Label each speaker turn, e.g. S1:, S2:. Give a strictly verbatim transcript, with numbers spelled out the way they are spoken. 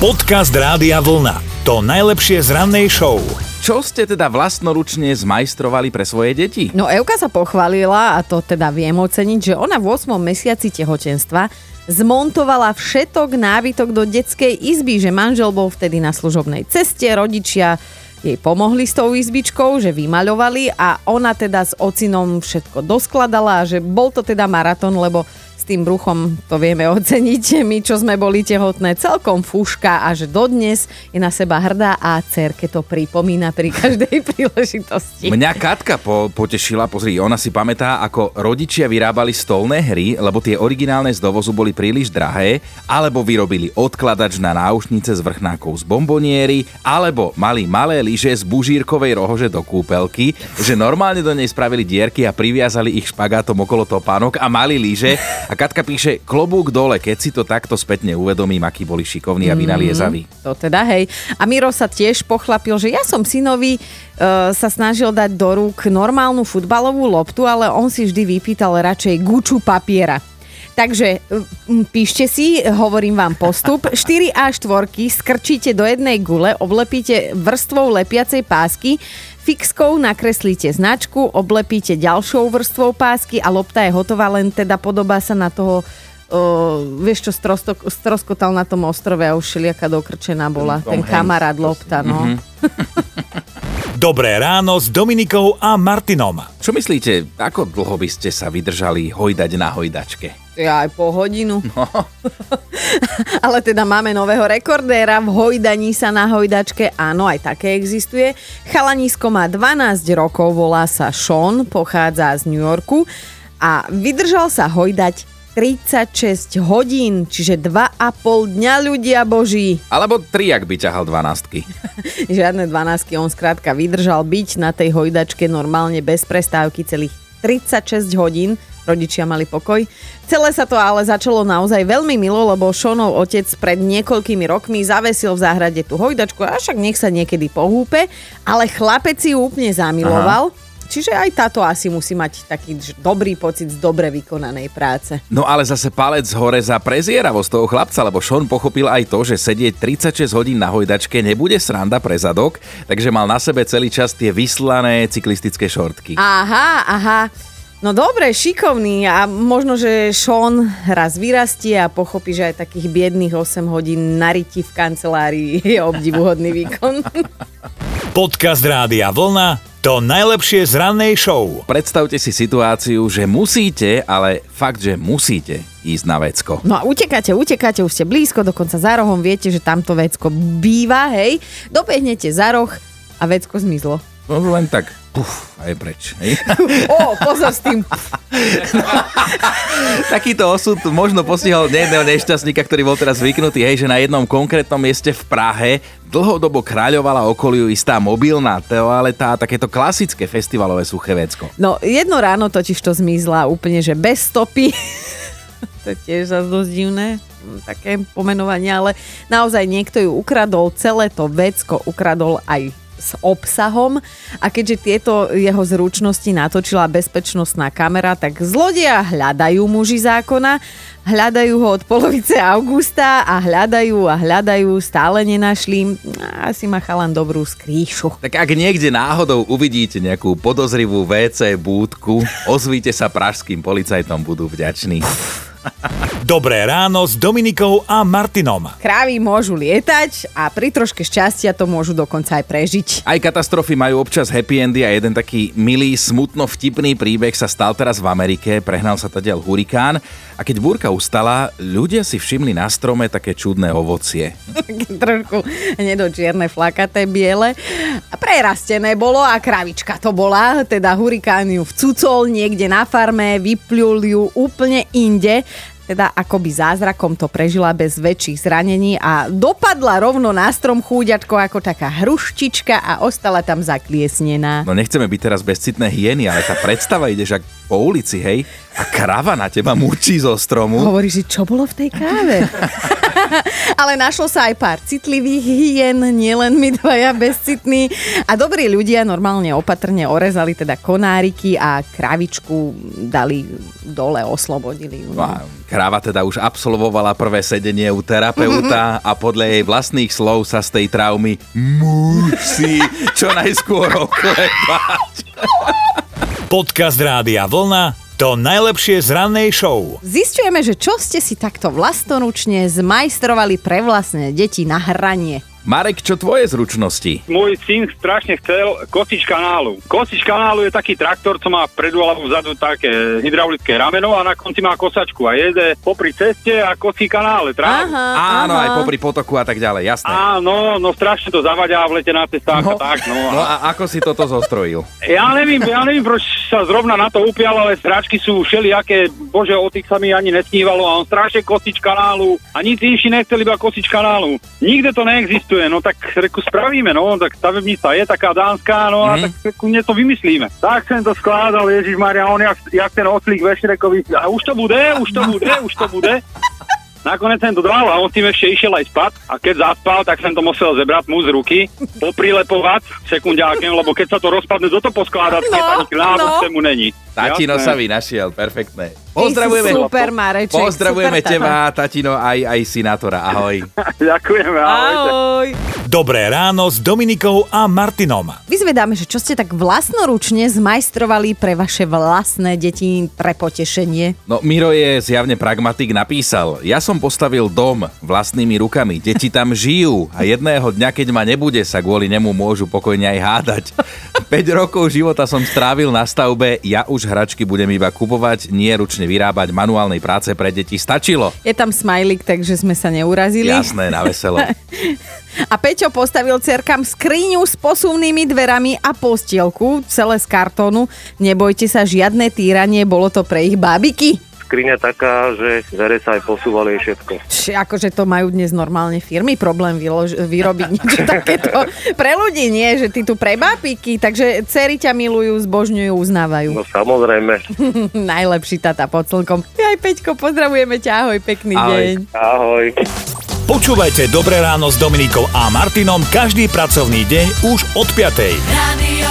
S1: Podcast Rádia Vlna. To najlepšie z rannej show.
S2: Čo ste teda vlastnoručne zmajstrovali pre svoje deti?
S3: No Evka sa pochválila, a to teda viem oceniť, že ona v ôsmom mesiaci tehotenstva zmontovala všetok nábytok do detskej izby, že manžel bol vtedy na služobnej ceste, rodičia jej pomohli s tou izbičkou, že vymaľovali a ona teda s ocinom všetko doskladala a že bol to teda maratón, lebo s tým bruchom to vieme oceniť. My, čo sme boli tehotné, celkom fúška a že dodnes je na seba hrdá a dcerke to pripomína pri každej príležitosti.
S2: Mňa Katka po, potešila, pozri, ona si pamätá, ako rodičia vyrábali stolné hry, lebo tie originálne z dovozu boli príliš drahé, alebo vyrobili odkladač na náušnice s vrchnákov z bomboniery, alebo mali malé lyže z bužírkovej rohože do kúpelky, že normálne do nej spravili dierky a priviazali ich špagátom okolo topánok a mali lyže. A Katka píše, klobúk dole, keď si to takto spätne uvedomím, akí boli šikovní a vynaliezaví.
S3: Mm, to teda, hej. A Miro sa tiež pochlapil, že ja som synovi uh, sa snažil dať do rúk normálnu futbalovú loptu, ale on si vždy vypýtal radšej guču papiera. Takže píšte si, hovorím vám postup, štyri á štyri skrčíte do jednej gule, oblepíte vrstvou lepiacej pásky, fixkou nakreslíte značku, oblepíte ďalšou vrstvou pásky a lopta je hotová, len teda podobá sa na toho, uh, vieš čo, strostok, stroskotal na tom ostrove a už šeliaka dokrčená bola, ten, ten kamarát lopta, no. Mm-hmm.
S1: Dobré ráno s Dominikou a Martinom.
S2: Čo myslíte, ako dlho by ste sa vydržali hojdať na hojdačke?
S3: Ja aj po hodinu. No. Ale teda máme nového rekordéra v hojdaní sa na hojdačke. Áno, aj také existuje. Chalanisko má dvanásť rokov, volá sa Sean, pochádza z New Yorku a vydržal sa hojdať tridsaťšesť hodín, čiže dva a pol dňa, ľudia boží.
S2: Alebo tri, ak by ťahal dvanástky.
S3: Žiadne dvanástky, on skrátka vydržal byť na tej hojdačke normálne bez prestávky celých tridsaťšesť hodín. Rodičia mali pokoj. Celé sa to ale začalo naozaj veľmi milo, lebo Seanov otec pred niekoľkými rokmi zavesil v záhrade tú hojdačku a však nech sa niekedy pohúpe, ale chlapec si ju úplne zamiloval. Aha. Čiže aj táto asi musí mať taký dobrý pocit z dobre vykonanej práce.
S2: No ale zase palec hore za prezieravosť toho chlapca, lebo Sean pochopil aj to, že sedieť tridsaťšesť hodín na hojdačke nebude sranda pre zadok, takže mal na sebe celý čas tie vyslané cyklistické šortky.
S3: Aha, aha. No dobre, šikovný a možno, že Sean raz vyrastie a pochopí, že aj takých biedných osem hodín na riti v kancelárii je obdivuhodný výkon.
S1: Podcast Rádia Vlna, to najlepšie z rannej show.
S2: Predstavte si situáciu, že musíte, ale fakt, že musíte ísť na vecko.
S3: No a utekáte, utekáte, už ste blízko, dokonca za rohom viete, že tamto vecko býva, hej. Dobehnete za roh a vecko zmizlo.
S2: No len tak, puf, aj preč. Hej?
S3: Ó, pozor s tým.
S2: Takýto osud možno postihol jedného nešťastníka, ktorý bol teraz zvyknutý, hej, že na jednom konkrétnom mieste v Prahe dlhodobo kráľovala okoliu istá mobilná toaleta, takéto klasické festivalové suché vecko.
S3: No, jedno ráno totiž to zmizla úplne, že bez stopy. To je tiež zase dosť divné, také pomenovanie, ale naozaj niekto ju ukradol, celé to vecko ukradol aj s obsahom a keďže tieto jeho zručnosti natočila bezpečnostná kamera, tak zlodeja hľadajú muži zákona, hľadajú ho od polovice augusta a hľadajú a hľadajú, stále nenašli. Asi má chalan dobrú skrýšu.
S2: Tak ak niekde náhodou uvidíte nejakú podozrivú vé cé búdku, ozvíte sa pražským policajtom, budú vďační.
S1: Dobré ráno s Dominikou a Martinom.
S3: Krávy môžu lietať a pri troške šťastia to môžu dokonca aj prežiť.
S2: Aj katastrofy majú občas happy endy a jeden taký milý, smutno vtipný príbeh sa stal teraz v Amerike. Prehnal sa tadiaľ hurikán a keď búrka ustala, ľudia si všimli na strome také čudné ovocie.
S3: Trošku nedočierne, flakaté, biele. A prerastené bolo a kravička to bola. Teda hurikán ju vcucol niekde na farme, vypľul ju úplne inde. Teda akoby zázrakom to prežila bez väčších zranení a dopadla rovno na strom chúďatko ako taká hruštička a ostala tam zakliesnená.
S2: No nechceme byť teraz bezcitné hyeny, ale tá predstava, ideš ak po ulici, hej, a krava na teba murčí zo stromu.
S3: Hovoríš, že čo bolo v tej káve? Ale našlo sa aj pár citlivých hyen, nielen my dvaja bezcitní. A dobrí ľudia normálne opatrne orezali teda konáriky a krávičku dali dole, oslobodili ju.
S2: No. Kráva teda už absolvovala prvé sedenie u terapeuta a podľa jej vlastných slov sa z tej traumy musí čo najskôr oklepať.
S1: Podcast Rádia Vlna, to najlepšie z rannej show.
S3: Zisťujeme, že čo ste si takto vlastnoručne zmajstrovali pre vlastné deti na hranie.
S2: Marek, čo tvoje zručnosti?
S4: Môj syn strašne chcel kosič kanálu. Kosič kanálu je taký traktor, čo má vpredu alebo vzadu také hydraulické rameno a na konci má kosačku a jede popri ceste a kosí kanále, trávu.
S2: Aha, Áno, aha. aj popri potoku a tak ďalej, jasné.
S4: Áno, no strašne to zavaďa v lete na cestách
S2: no,
S4: a tak. No.
S2: no a ako si toto zostrojil?
S4: Ja neviem, ja neviem, proč sa zrovna na to upial, ale stráčky sú všelijaké, bože, o tých sa mi ani nesnívalo a on strašne kosič kanálu a nic inší nechcel, iba kosič kanálu. Nikde to neexistuje. No tak reku spravíme, no, tak stavebnica je taká dánska, no a mm. tak reku to vymyslíme. Tak som to skládal, Ježišmaria, on jak, jak ten oslík vešrekový, a už to bude, už to bude, už to bude. Nakoniec som to dal a on s tým ešte išiel aj spať a keď zaspal, tak som to musel zebrať mu z ruky, poprilepovať sekundiákem, lebo keď sa to rozpadne, do to poskladať, keď ani klávu mu není.
S2: Tatino sa vynašiel, perfektné. Pozdravujeme,
S3: super, Mareček,
S2: pozdravujeme
S3: super,
S2: teba, tatino, aj, aj synátora. Ahoj.
S4: Ďakujeme, ahoj.
S3: Ahoj.
S1: Dobré ráno s Dominikou a Martinom.
S3: Vyzvedáme, že čo ste tak vlastnoručne zmajstrovali pre vaše vlastné deti pre potešenie.
S2: No, Miro je zjavne pragmatik, napísal: ja som postavil dom vlastnými rukami, deti tam žijú a jedného dňa, keď ma nebude, sa kvôli nemu môžu pokojne aj hádať. päť rokov života som strávil na stavbe, ja už hračky budem iba kupovať, nie ručne vyrábať, manuálnej práce pre deti stačilo.
S3: Je tam smajlik, takže sme sa neurazili.
S2: Jasné, na veselo.
S3: A Peťo postavil cerkam skriňu s posuvnými dverami a postielku, celé z kartónu. Nebojte sa, žiadne týranie, bolo to pre ich bábiky.
S5: Skriňa taká, že dvere sa aj posúvali všetko.
S3: Či akože to majú dnes normálne firmy problém vylož- vyrobiť niečo takéto. Pre ľudí nie, že ty tu pre bábiky, takže dcery ťa milujú, zbožňujú, uznávajú.
S5: No samozrejme.
S3: Najlepší tata pod slnkom. Aj Peťko, pozdravujeme ťa, ahoj, pekný
S2: ahoj.
S3: deň.
S5: Ahoj.
S1: Počúvajte Dobré ráno s Dominikou a Martinom každý pracovný deň už od piatej.